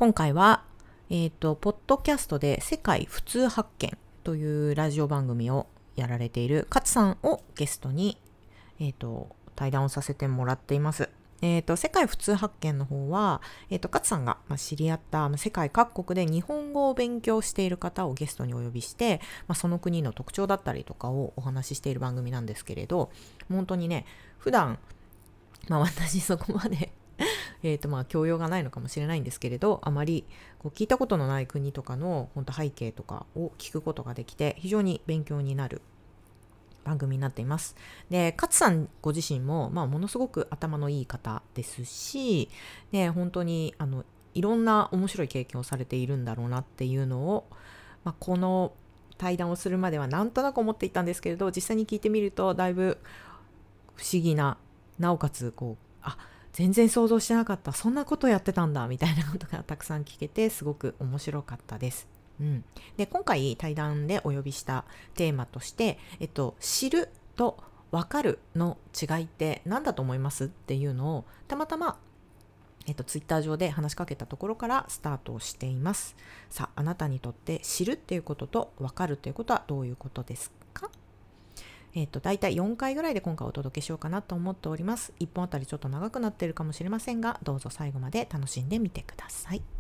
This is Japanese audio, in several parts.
今回は、ポッドキャストで世界ふつう発見というラジオ番組をやられている勝さんをゲストに、対談をさせてもらっています。世界ふつう発見の方は、勝さんが知り合った世界各国で日本語を勉強している方をゲストにお呼びして、その国の特徴だったりとかをお話ししている番組なんですけれど、本当にね、普段、私そこまで教養がないのかもしれないんですけれど、あまり聞いたことのない国とかの本当背景とかを聞くことができて、非常に勉強になる番組になっています。で、勝さんご自身も、ものすごく頭のいい方ですし、で本当にいろんな面白い経験をされているんだろうなっていうのを、この対談をするまではなんとなく思っていたんですけれど、実際に聞いてみるとだいぶ不思議なおかつ全然想像してなかった、そんなことやってたんだみたいなことがたくさん聞けて、すごく面白かったです。で、今回対談でお呼びしたテーマとして、知ると分かるの違いって何だと思いますっていうのをたまたまツイッター上で話しかけたところからスタートをしています。さあ、あなたにとって知るっていうことと分かるということはどういうことですか？だいたい4回ぐらいで今回お届けしようかなと思っております。1本あたりちょっと長くなっているかもしれませんが、どうぞ最後まで楽しんでみてください。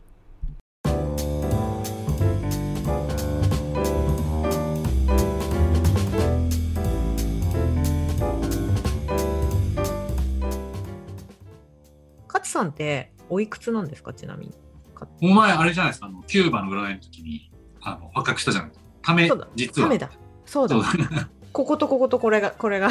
勝さんっておいくつなんですか、ちなみに。 お前あれじゃないですか、キューバの占いの時に発覚したじゃないですか。ため、実は。 ためだ。そうだ。こことこことこれが。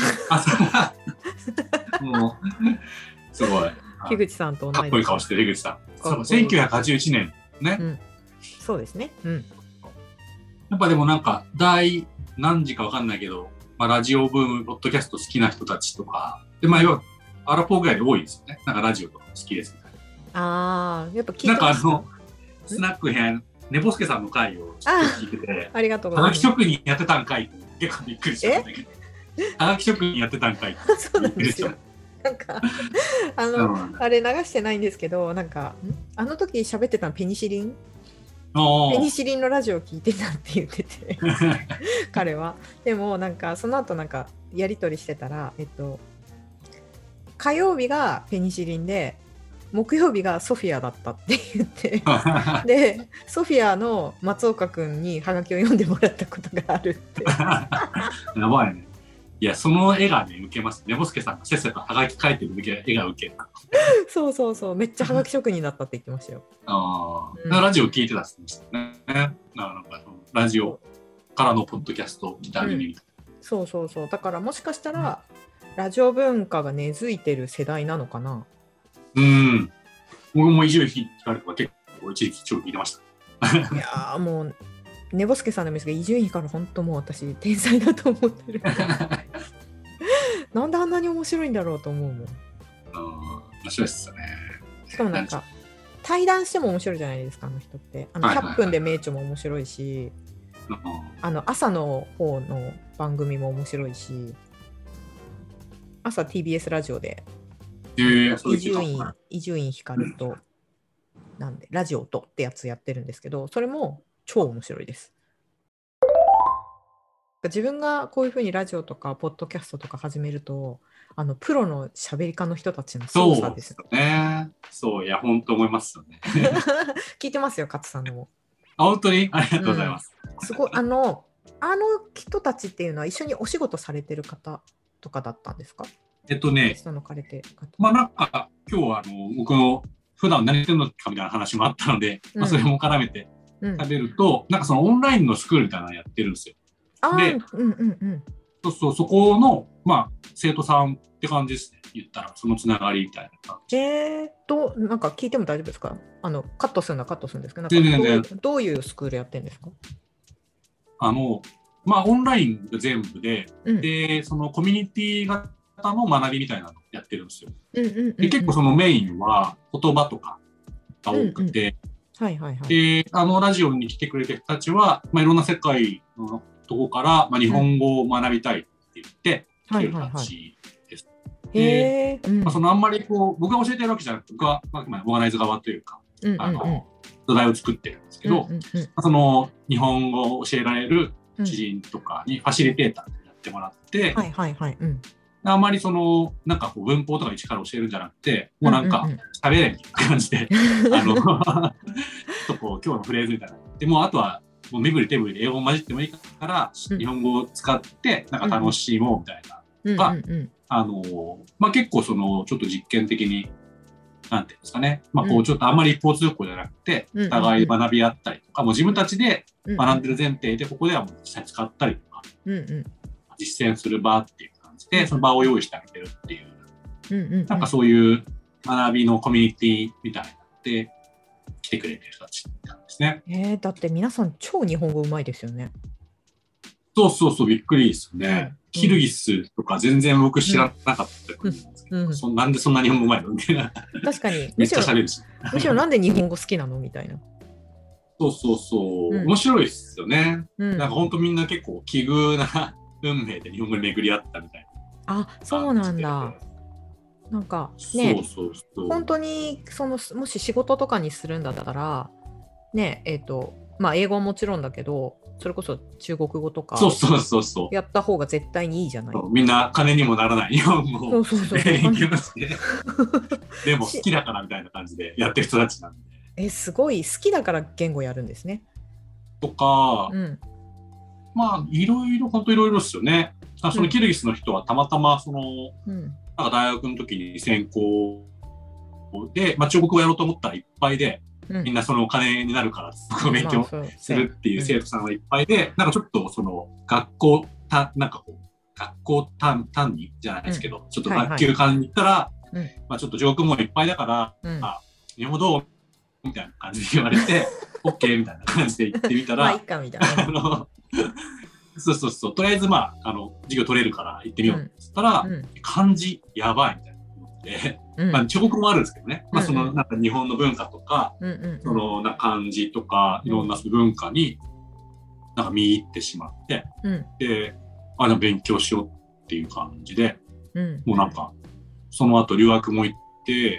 もうすごい。 樋口さんと同じ。 かっこいい顔してる樋口さん。そう、1981年ね。 そうですね。 やっぱでもなんか第何時かわかんないけど、ラジオブーム、ポッドキャスト好きな人たちとかで、要はアラフォーぐらいで多いですよね。なんかラジオとか好きですみたいな。 やっぱ聞いてました。 なんかスナック編ねぼすけさんの回をちょっと聞いてて、 ありがとうございます。 はがき職人やってたんかいって結構びっくりしたんだけど。はがき職人やってたんかいってそうなんですよ。なんかあれ流してないんですけど、なんかあの時喋ってたのペニシリンのラジオを聞いてたって言ってて彼は。でもなんかその後なんかやり取りしてたら、火曜日がペニシリンで木曜日がソフィアだったって言ってでソフィアの松岡くんにハガキを読んでもらったことがあるってやばいね。いや、その絵がね、受けます。ねぼすけさんがせっせとハガキ描いてる絵が受けた。 そうめっちゃハガキ職人だったって言ってましたよ。 ラジオ聞いてたんですね。なんかラジオからのポッドキャストギター耳みたいな。 そうだからもしかしたら、ラジオ文化が根付いてる世代なのかな。 僕も伊集院光とか結構一時期超聞いてました。 いやもうねぼすけさんのですが、伊集院光本当もう私天才だと思ってるなんであんなに面白いんだろうと思うもん。 面白いっすよね。 しかもなんか対談しても面白いじゃないですか、あの人って。100分で名著も面白いし、朝の方の番組も面白いし、朝 TBS ラジオで伊集院光となんでラジオとってやつやってるんですけど、それも超面白いです。自分がこういう風にラジオとかポッドキャストとか始めると、プロの喋り家の人たちの凄さですね。そう、いや本当思いますよね聞いてますよ、勝さんのも。 本当にありがとうございます。 すごいあの人たちっていうのは一緒にお仕事されてる方とかだったんですか？なんか今日は僕の普段何してるのかみたいな話もあったので、それも絡めて食べると、なんかそのオンラインのスクールみたいなのやってるんですよ。で、そこの生徒さんって感じですね。言ったらそのつながりみたいな感じ。 なんか聞いても大丈夫ですか？カットするんですけど、どういうスクールやってるんですか？ オンラインが全部で、でそのコミュニティ型の学びみたいなのをやってるんですよ。で結構そのメインは言葉とかが多くて、でラジオに来てくれた人たちは、いろんな世界のとこから、日本語を学びたいって言って来てる人たちです。で、あんまり僕が教えてるわけじゃなくて、僕はオーガナイズ側というか土台を作ってるんですけど、その日本語を教えられる知人とかにファシリテーターでやってもらって、あまりそのなんかこう文法とか一から教えるんじゃなくて、もうなんか喋れみたいな感じで、ちょっとこう今日のフレーズみたいな。でもうあとはもう身振り手振りで英語を混じってもいいから、日本語を使ってなんか楽しもうみたいなのが、結構そのちょっと実験的になんていうんですかね、こうちょっとあんまり一方通行じゃなくて、お互い学び合ったりとか、もう自分たちで学んでる前提でここではもう実際使ったりとか、実践する場っていう感じでその場を用意してあげてるっていう、なんかそういう学びのコミュニティみたいなので来てくれてる人たちなんですね。 だって皆さん超日本語うまいですよね。 そうびっくりですよね。キルギスとか全然僕知らなかった国なんですけど、なんでそんな日本語うまいのみたいな。 確かに。 めっちゃ喋るし。 むしろなんで日本語好きなのみたいな。 面白いですよね。なんか本当みんな結構奇遇な運命で日本語に巡り合ったみたいな。あ、そうなんだ。なんかね、本当にもし仕事とかにするんだったらね、英語はもちろんだけど、それこそ中国語とかやった方が絶対にいいじゃない。 みんな金にもならない日本語を勉強してでも好きだからみたいな感じでやってる人たちなんで。 すごい好きだから言語やるんですね。 とか、いろいろ本当いろいろですよね。そのキルギスの人はたまたまその、なんか大学の時に専攻で、中国語やろうと思ったらいっぱいで。みんなそのお金になるから勉強するっていう生徒さんはいっぱいで、なんかちょっとその学校単位じゃないですけど、ちょっと学級間に行ったら、ちょっと上空もいっぱいだから、日本語どうみたいな感じで言われて、OK みたいな感じで行ってみたら、そうとりあえず授業取れるから行ってみようって言ったら、漢字やばいみたいな。中国もあるんですけどね、そのなんか日本の文化とか、そのなんか漢字とかいろんな文化になんか見入ってしまって、で、勉強しようっていう感じで、もうなんかその後留学も行って、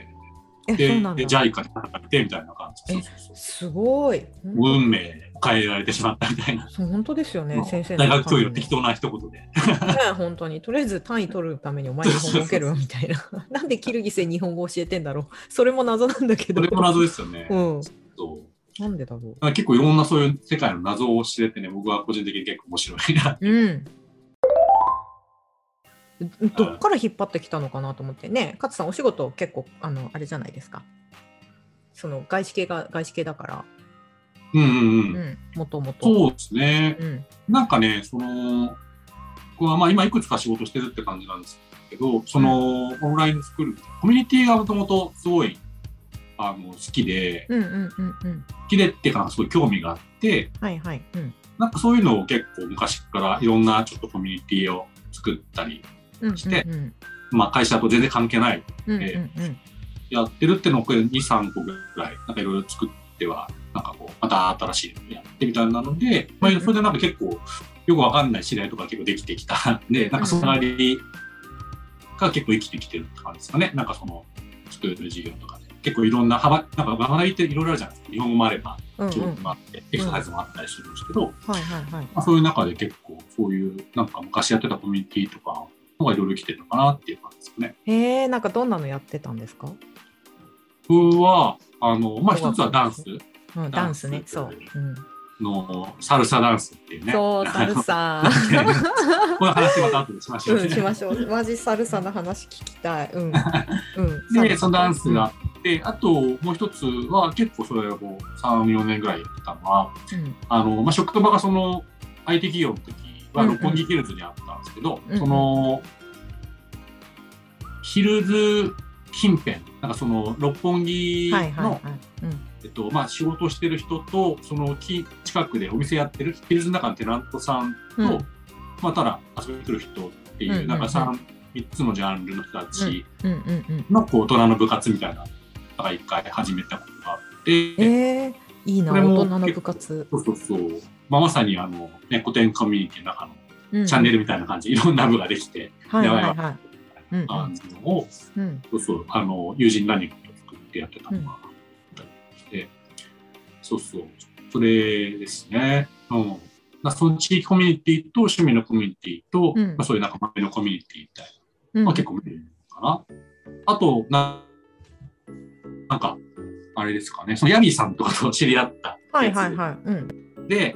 で JICA に働いてみたいな感じで、 すごい運命変えられてしまったみたいな。 本当ですよね、先生の大学教育の適当な一言で本当にとりあえず単位取るためにお前日本語受けるみたいななんでキルギスで日本語教えてんだろう、それも謎なんだけど。 それも謎ですよね。 なんでだろう。結構いろんなそういう世界の謎を知れてね、僕は個人的に結構面白いな。 どっから引っ張ってきたのかなと思ってね。勝さんお仕事結構あれじゃないですか、その外資系だからもともと。 そうですね、なんかね、僕は今いくつか仕事してるって感じなんですけど、そのオンラインスクールコミュニティがもともとすごい好きで、好きでっていうかすごい興味があって、なんかそういうのを結構昔からいろんなちょっとコミュニティを作ったりして、会社と全然関係ないやってるっていうのを2、3個ぐらいなんかいろいろ作ってはなんかこうまた新しいのやってみたいなので、それでなんか結構よくわかんない知り合いとか結構できてきたんで、なんかそのなりが結構生きてきてるって感じですかね。なんかそのスクール授業とかで結構いろんな幅、なんか学びっていろいろあるじゃないですか。日本語もあれば中国語もあって、エクササイズもあったりするんですけど、そういう中で結構そういうなんか昔やってたコミュニティとかのがいろいろ来てるのかなっていう感じですね。 なんかどんなのやってたんですか？ 僕は一つはダンス。 ダンスね、そう。 のサルサダンスっていうね。 そう、サルサ。 この話また後でしましょう。 しましょう。マジサルサの話聞きたい。 で、そのダンスがあって、あともう一つは結構それを3、4年ぐらいやってたのは、職場がその IT 企業の時は六本木ヒルズにあったんですけど、そのヒルズ近辺、なんかその六本木の仕事をしてる人とその近くでお店やってるヒルズの中のテナントさんと、ただ遊びに来る人っていうなんか3つのジャンルの人たちの大人の部活みたいなのが一回始めたことがあって、 いいな、大人の部活。 まさに古典コミュニティの中のチャンネルみたいな感じ、いろんな部ができて、友人何人かと作ってやってたのがあったりして、 そうそう。それですね。その地域コミュニティと趣味のコミュニティと、そういうなんか周りのコミュニティみたいな、結構見るかな。あと、なんか、あれですかね、そのヤミーさんとかと知り合ったやつで、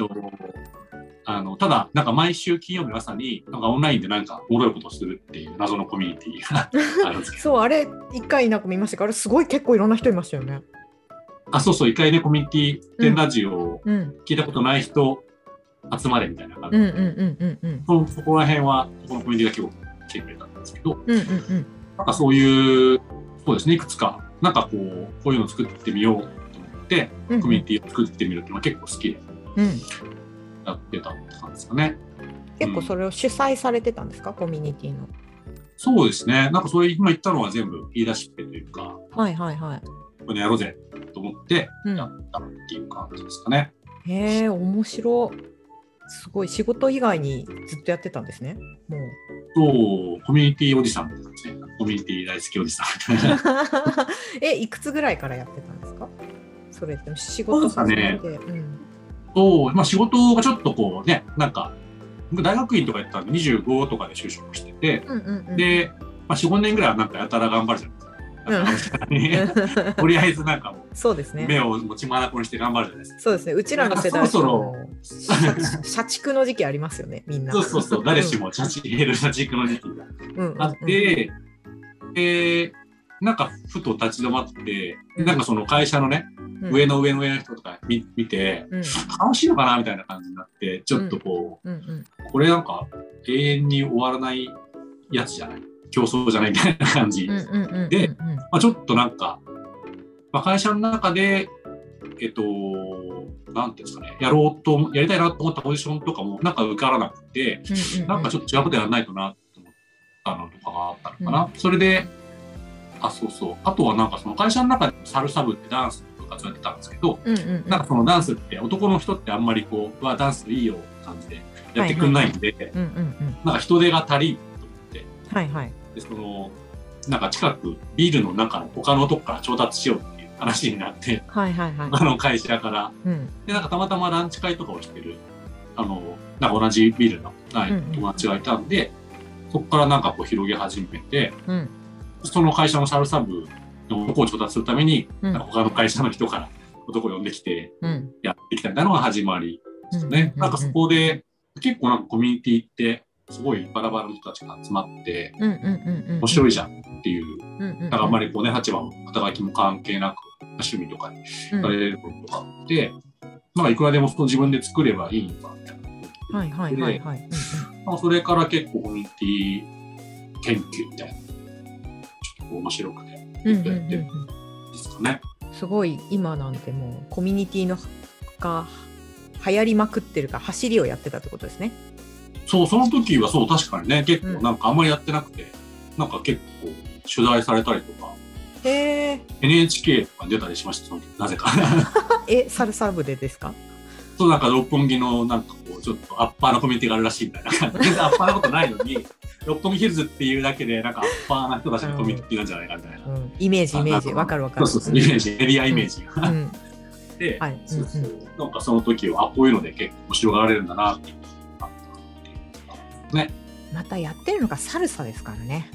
ただ、なんか毎週金曜日の朝に、なんかオンラインでなんかおもろいことをするっていう謎のコミュニティがあるんですけど。 そう、あれ、一回なんか見ましたけど、あれすごい結構いろんな人いましたよね。 そうそう、一回ね、コミュニティ10ラジオを聞いたことない人集まれみたいな感じで、そこら辺は、このコミュニティが結構来てくれたんですけど、なんかそういう、そうですね、いくつか、なんかこういうのを作ってみようと思って、コミュニティを作ってみるっていうのは結構好きで、やってたんですかね。 結構それを主催されてたんですか、コミュニティの。 そうですね。なんかそれ今言ったのは全部言い出しっぺというか、これやろうぜと思ってやったっていう感じですかね。 へえ、面白い。すごい、仕事以外にずっとやってたんですね。もう。 そう、コミュニティおじさんですね。コミュニティ大好きおじさんみたいな。 いくつぐらいからやってたんですか？それって仕事始めて。 仕事がちょっとこうね、なんか僕大学院とかやったんで25とかで就職してて、で、4、5年ぐらいはなんかやたら頑張るじゃないですか。とりあえずなんかもう、そうですね、目を持ちまなこにして頑張るじゃないですか。 そうですね。うちらの世代はそろ社畜の時期ありますよね、みんな。 そう、誰しも社畜の時期があって、なんかふと立ち止まって、なんかその会社のね、上の人とか見て、楽しいのかなみたいな感じになって、ちょっとこう、これなんか永遠に終わらないやつじゃない、競争じゃないみたいな感じで、ちょっとなんか、会社の中で、なんていうんですかね、やりたいなと思ったポジションとかもなんか受からなくて、なんかちょっと違うことやらないとなと思ったのとかがあったのかな。それで、あとはなんかその会社の中でサルサ部ってダンスとかやってたんですけど、なんかそのダンスって男の人ってあんまりこう、ダンスいいよ感じでやってくんないんで、なんか人手が足りんと思って、でそのなんか近くビルの中の他のとこから調達しようっていう話になって、会社から、でなんかたまたまランチ会とかをしてるなんか同じビルの友達がいたんで、そこからなんかこう広げ始めて、その会社のサルサ部の男を調達するために、他の会社の人から男を呼んできてやってきたみたいなのが始まりですね。なんかそこで結構なんかコミュニティってすごいバラバラの人たちが集まって面白いじゃんっていう、だからあんまりこうね、立場も肩書きも関係なく趣味とかにされることがあって、いくらでも自分で作ればいいのかみたいな。それから結構コミュニティ研究みたいな、ちょっと面白くてやってるですかね。 すごい今なんてもうコミュニティのが流行りまくってるか走りをやってたってことですね。 そう、その時はそう確かにね、結構なんかあんまりやってなくて、なんか結構取材されたりとか、NHK とかに出たりしました、その時なぜか。 サルサ部でですか？ そう、なんか六本木のなんかこうちょっとアッパーなコミュニティがあるらしいみたいな。全然アッパーなことないのに、六本木ヒルズっていうだけでなんかアッパーな人たちのコミュニティなんじゃないかみたいな。 イメージ、わかる。 そう、イメージ、エリアイメージが。で、なんかその時はこういうので結構面白がられるんだなっていう。ね、 またやってるのがサルサですからね。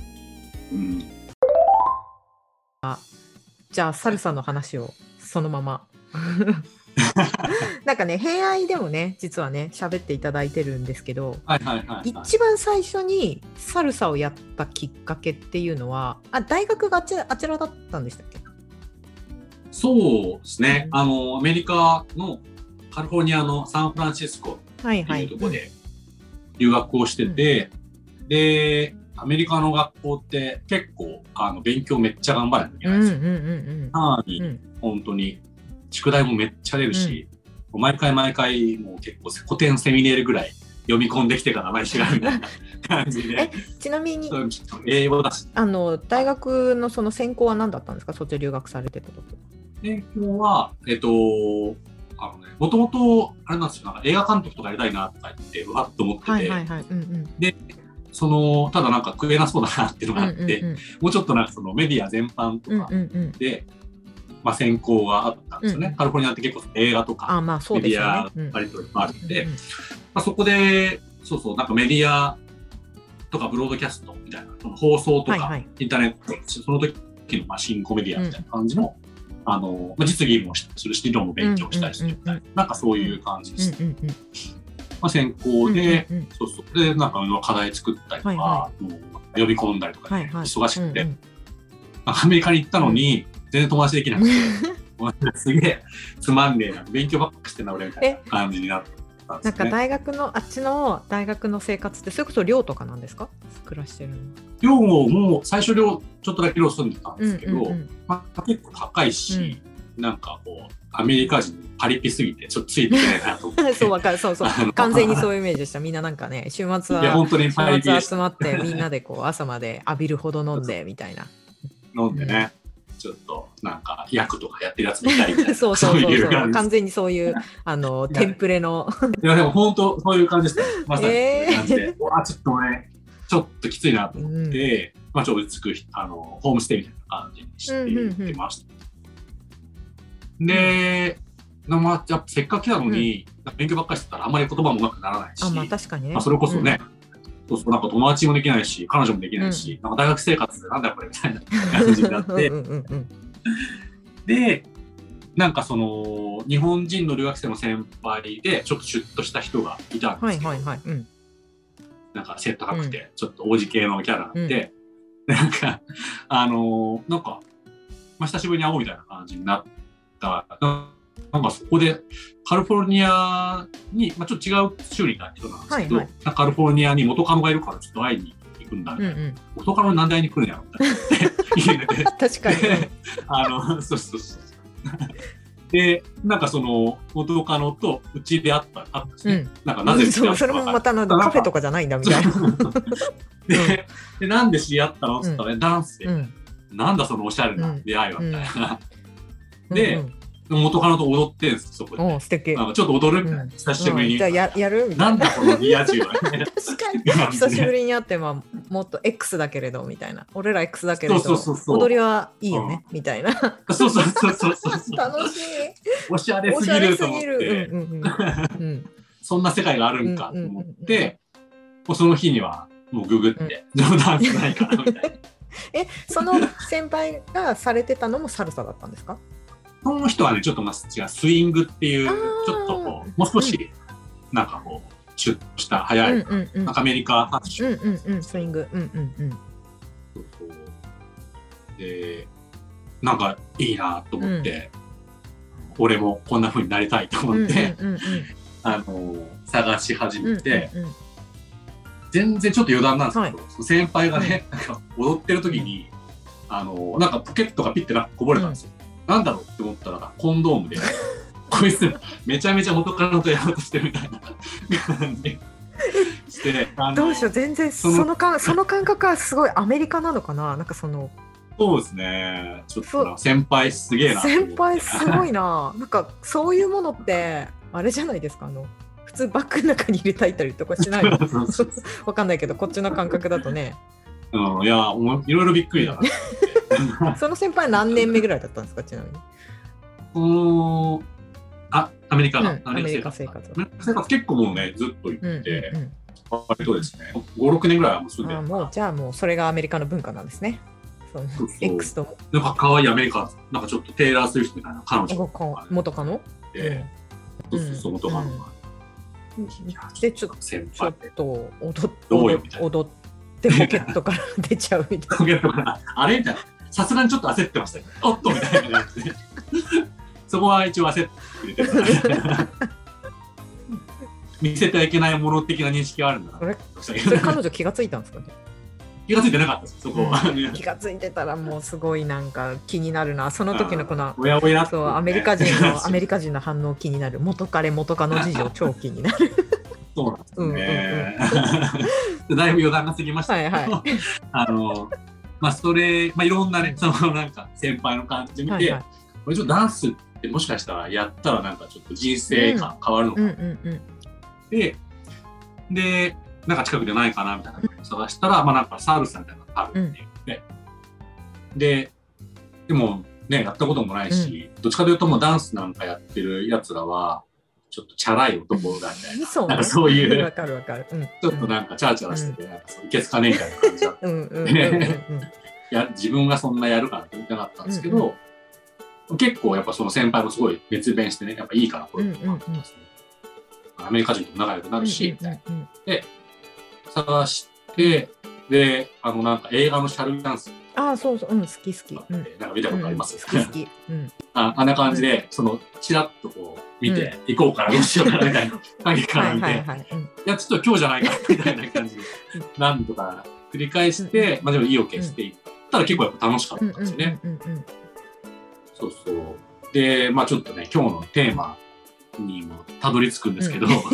じゃあサルサの話をそのままなんかね、偏愛でもね実はね喋っていただいてるんですけど、一番最初にサルサをやったきっかけっていうのは大学があちらだったんでしたっけ？ そうですね、アメリカのカリフォルニアのサンフランシスコっていうところで留学をしてて、でアメリカの学校って結構勉強めっちゃ頑張らなきゃいけないんですよ。本当に宿題もめっちゃ出るし、毎回もう結構古典セミネールぐらい読み込んできてから毎週みたいな感じで。 ちなみに英語だし、 大学のその専攻は何だったんですか？そっち留学されてた時。 専攻はもともとあれなんですよ、なんか映画監督とかやりたいなとか言ってうわっと思ってて、でただなんか食えなそうだなっていうのがあって、もうちょっとなんかそのメディア全般とかで、 選考があったんですよね。カリフォルニアって結構映画とかメディア割とあるんで、そこでなんかメディアとかブロードキャストみたいな放送とかインターネット、その時の新コメディアみたいな感じの、実技もするし理論も勉強したりするみたいな、なんかそういう感じですね。選考で、でなんか課題作ったりとか、呼び込んだりとか、忙しくて、アメリカに行ったのに全然友達できなくてすげえつまんねえな、勉強ばっかしてんな俺みたいな感じになったんですね。 なんか大学のあっちの大学の生活ってそれこそ寮とかなんですか？暮らしてるの？ 寮も最初寮ちょっとだけ寮住んでたんですけど、結構高いし、なんかこうアメリカ人パリピすぎてちょっとついていけないなと思ってそうわかる、そう完全にそういうイメージでした。みんななんかね、週末は本当にパリピ集まってみんなでこう朝まで浴びるほど飲んでみたいな。 飲んでね、ちょっとなんか役とかやってるやつみたいなそう完全にそういうテンプレのいやでも本当そういう感じですね。まさにそういう感じで、ちょっとねちょっときついなと思って、ちょっと落ち着くホームステイみたいな感じにしていました。で、やっぱせっかく来たのに、勉強ばっかりしてたらあんまり言葉もうまくならないし、 確かにね、 それこそね、なんか友達もできないし彼女もできないし、なんか大学生活なんだよこれみたいな感じになってでなんかその日本人の留学生の先輩でちょっとシュッとした人がいたんですけど、なんか背高くてちょっと王子系のキャラがいて、なんかなんか、久しぶりに会おうみたいな感じになった。なんかそこでカリフォルニアに、ちょっと違う州にいた人なんですけど、カリフォルニアに元カノがいるからちょっと会いに行くんだみたいな、元カノに何で会いに来るんやろみたいな確かにそうでなんかその元カノとうちで会ったんですね、なんかなぜそれもまたカフェとかじゃないんだみたいなでなんで知り合ったのって言ったらね、ダンスで、なんだそのおしゃれな出会いはみたいな、で元カノと踊ってんすそこで。 素敵。 ちょっと踊るみたいな、久しぶりに。 じゃあやるみたいな。 なんだこのリア充は。 確かに。久しぶりに会ってもっと X だけれどみたいな。俺ら X だけれど踊りはいいよねみたいな。 そう。楽しい。おしゃれすぎると思って。そんな世界があるんかと思って、その日にはもうググって冗談じゃないかなみたいな。 その先輩がされてたのもサルサだったんですか？ その人はね、ちょっと違う、スイングっていう、ちょっとこう、もう少し、なんかこう、シュッとした、速い、なんかアメリカ発祥。 スイング。 で、なんかいいなと思って、俺もこんな風になりたいと思って、探し始めて、全然ちょっと余談なんですけど、先輩がね、なんか踊ってる時に、なんかポケットがピッてこぼれたんですよ。なんだろうって思ったらコンドームでこいつめちゃめちゃ元カノとやろうとしてるみたいな感じしてどうしよう全然その感覚はすごいアメリカなのかな、なんかそうですね、ちょっと先輩すげえな、 先輩すごいななんかそういうものってあれじゃないですか、普通バッグの中に入れたいたりとかしないのわかんないけどこっちの感覚だとね、 いやいろいろびっくりだなその先輩何年目ぐらいだったんですか、ちなみに。 アメリカの、 アメリカ生活結構もうねずっと行って割とですね 5,6 年ぐらいはもう住んでる。 もうじゃあもうそれがアメリカの文化なんですね。そう X となんか可愛いアメリカなんかちょっとテイラー・スウィフトみたいな彼女元カノそう元カノがでちょっと踊ってポケットから出ちゃうみたいな。 ポケットからあれみたいな、さすがにちょっと焦ってましたよ。おっとみたいな感じでそこは一応焦ってくれて見せてはいけないもの的な認識があるんだな。それ彼女気がついたんですかね。 気がついてなかったです、そこは。 気がついてたらもうすごいなんか気になるな、その時のこのおやおや、 そうアメリカ人の反応気になる、元彼元カノ事情超気になるそうなんですね、だいぶ余談が過ぎましたけど、それ、いろんなね、そのなんか先輩の感じ見て、これちょっとダンスってもしかしたらやったらなんかちょっと人生観変わるのかな、でなんか近くでないかなみたいなのを探したら、なんかサルサみたいなのがあるって言って、でもね、やったこともないし、どっちかというともうダンスなんかやってるやつらは、ちょっとチャラい男だみたいな。 そうね、 なんかそういう、 わかるわかる。 ちょっとなんかチャラチャラしてて、なんかそういけつかねえみたいな感じだった。自分がそんなやるかって言ってなかったんですけど、結構やっぱその先輩もすごい熱弁してね、やっぱいいかな、これ、アメリカ人と仲良くなるし、で、探して、で、なんか映画のシャルビダンス。 そうそう、好き好き。 なんか見たことあります？ 好き好き。 あんな感じで、チラッとこう、見て、行こうかな、どうしようかな、みたいな感じから見て、いや、ちょっと今日じゃないか、みたいな感じで、何度か繰り返して、でも意を決していったら結構やっぱ楽しかったんですよね。そうそう。で、ちょっとね、今日のテーマにもたどり着くんですけど、知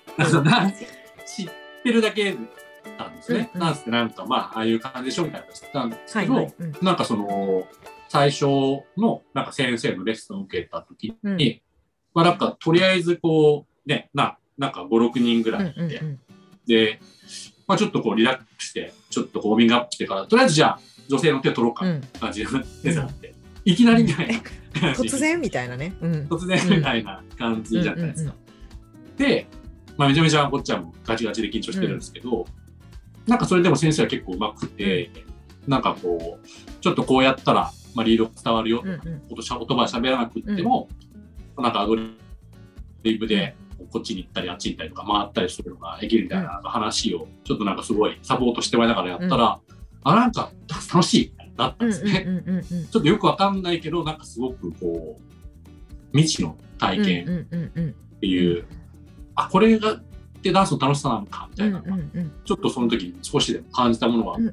ってるだけなんですね。ダンスってなんかああいう感じでしょみたいなのを知ったんですけど、なんか最初のなんか先生のレッスンを受けた時に、なんかとりあえずこうね、なんか5、6人ぐらいいて、で、ちょっとこうリラックスして、ちょっとこうウォーミングアップしてから、とりあえずじゃあ女性の手を取ろうかみたいな感じで手伝って、いきなりみたいな突然みたいなね。 突然みたいな感じじゃないですか。で、めちゃめちゃこっちはもうガチガチで緊張してるんですけど、なんかそれでも先生は結構上手くて、なんかこう、ちょっとこうやったら、リードが伝わるよとか、言葉喋らなくっても、なんかアドリブでこっちに行ったりあっちに行ったりとか回ったりするのができるみたいな話を、ちょっとなんかすごいサポートしてもらいながらやったら、なんか楽しいみたいになったんですね。ちょっとよくわかんないけど、なんかすごくこう、未知の体験っていう、これが、ダンスの楽しさなのかみたいな、ちょっとその時に少しでも感じたものがあって、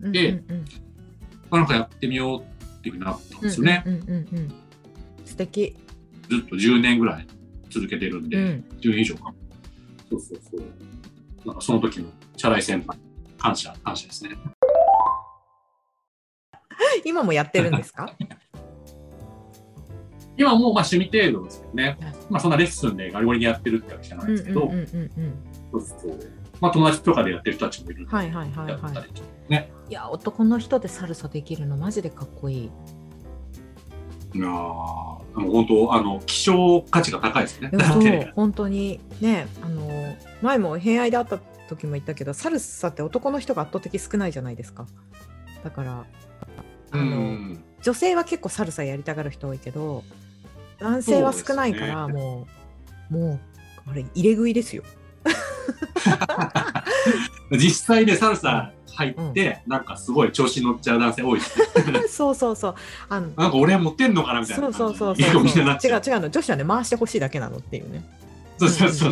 なんかやってみようっていうふうになったんですよね。 素敵。 ずっと10年ぐらい続けてるんで、10年以上か。そう。なんかその時のチャラい先輩、感謝ですね。 今もやってるんですか？ 今も趣味程度ですけどね。そんなレッスンでガリゴリにやってるってわけじゃないですけど、友達とかでやってる人たちもいるんで、やったりとかね。いや、 男の人でサルサできるのマジでかっこいい。 いや本当希少価値が高いですね。 本当にね、前も偏愛で会った時も言ったけど、サルサって男の人が圧倒的少ないじゃないですか。だから女性は結構サルサやりたがる人多いけど、男性は少ないから、もうあれ入れ食いですよ。 実際でサルサ入って、なんかすごい調子に乗っちゃう男性多いですね。 そうなんか俺持ってんのかなみたいな。 そう違うの、女子はね回してほしいだけなのっていうね。 そう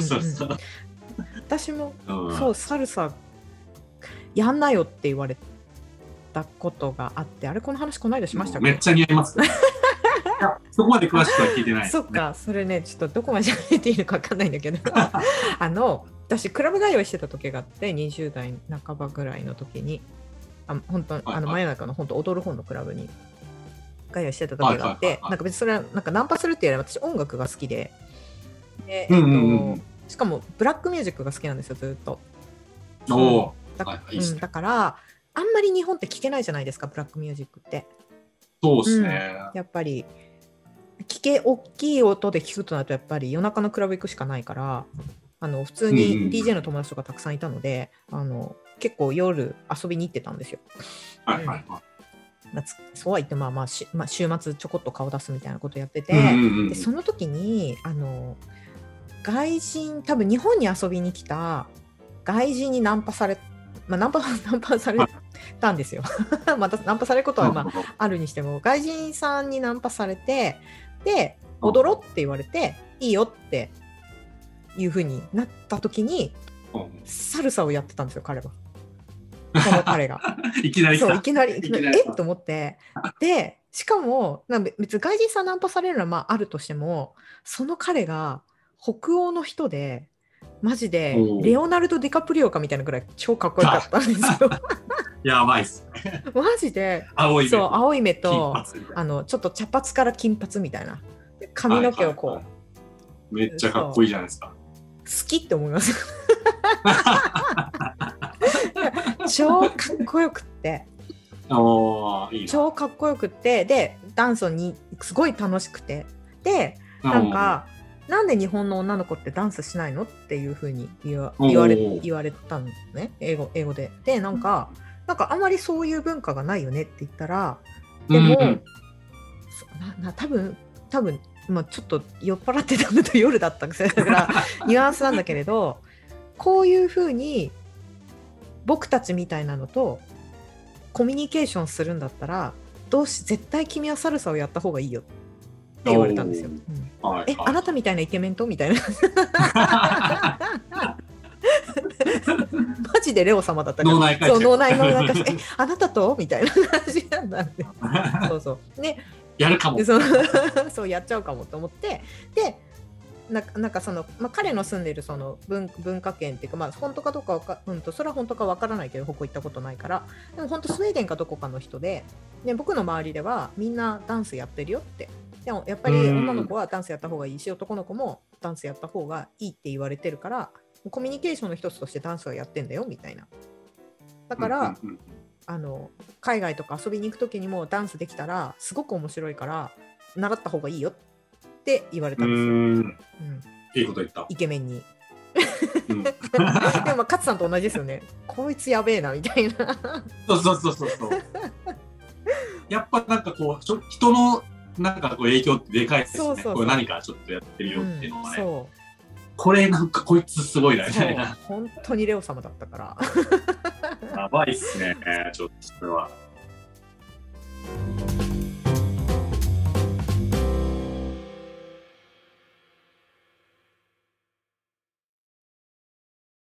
私もそうサルサやんなよって言われたことがあって、あれこの話この間しましたか？ めっちゃ似合います。そこまで詳しくは聞いてない、 そっか、それねちょっとどこまで喋っていいのか分かんないんだけど私クラブ通いしてた時があって、20代半ばぐらいの時に本当真夜中の本当踊る方のクラブに通いしてた時があって、なんか別にそれはなんかナンパするっていうより私音楽が好きで、しかもブラックミュージックが好きなんですよ、ずっと。だからあんまり日本って聴けないじゃないですか、ブラックミュージックって。 そうですね、 やっぱり大きい音で聴くとなるとやっぱり夜中のクラブ行くしかないから、普通に DJ の友達とかたくさんいたので、結構夜遊びに行ってたんですよ。そうは言って週末ちょこっと顔出すみたいなことやってて、でその時に外人、多分日本に遊びに来た外人にナンパされナンパされたんですよ。またナンパされることはあるにしても、外人さんにナンパされて、で踊ろうって言われていいよっていう風になった時にサルサをやってたんですよ、彼は。その彼がいきなりと思って、でしかも別に外人さんナンパされるのはあるとしても、その彼が北欧の人でマジでレオナルド・ディカプリオかみたいなくらい超かっこよかったんですよ。 やばいっすね。 マジで青い目とちょっと茶髪から金髪みたいな髪の毛をこう、めっちゃかっこいいじゃないですか。 好きって思います。超かっこよくって、 いい超かっこよくって、でダンスにすごい楽しくて、でなんか、なんで日本の女の子ってダンスしないのっていう風に言われたのね、英語で。でなんかあまりそういう文化がないよねって言ったら、でも、多分まあ、ちょっと酔っ払ってたのと夜だったんですよ。だからニュアンスなんだけれど、こういう風に僕たちみたいなのとコミュニケーションするんだったら、絶対君はサルサをやった方がいいよって言われたんですよ。あなたみたいなイケメンとみたいなマジでレオ様だったから、脳内化してあなたとみたいな感じなんだってそうね、 やるかもそうやっちゃうかもと思って、でなんかその、彼の住んでいるその 文化圏っていうか、本当かどうかそれは本当かわからないけど、ここ行ったことないから。でも本当スウェーデンかどこかの人で、僕の周りではみんなダンスやってるよって。でもやっぱり女の子はダンスやった方がいいし、男の子もダンスやった方がいいって言われてるから、コミュニケーションの一つとしてダンスはやってんだよみたいな。だから、海外とか遊びに行く時にもダンスできたらすごく面白いから習った方がいいよって言われたんですよ。 いいこと言った。 イケメンに。でも勝さんと同じですよね。こいつやべえなみたいな。 そうやっぱなんかこう人のなんかこう影響ってでかいですね。これ何かちょっとやってるよっていうのがね。これなんかこいつすごいなみたいな。 本当にレオ様だったから。 やばいっすね。ちょっとそれは。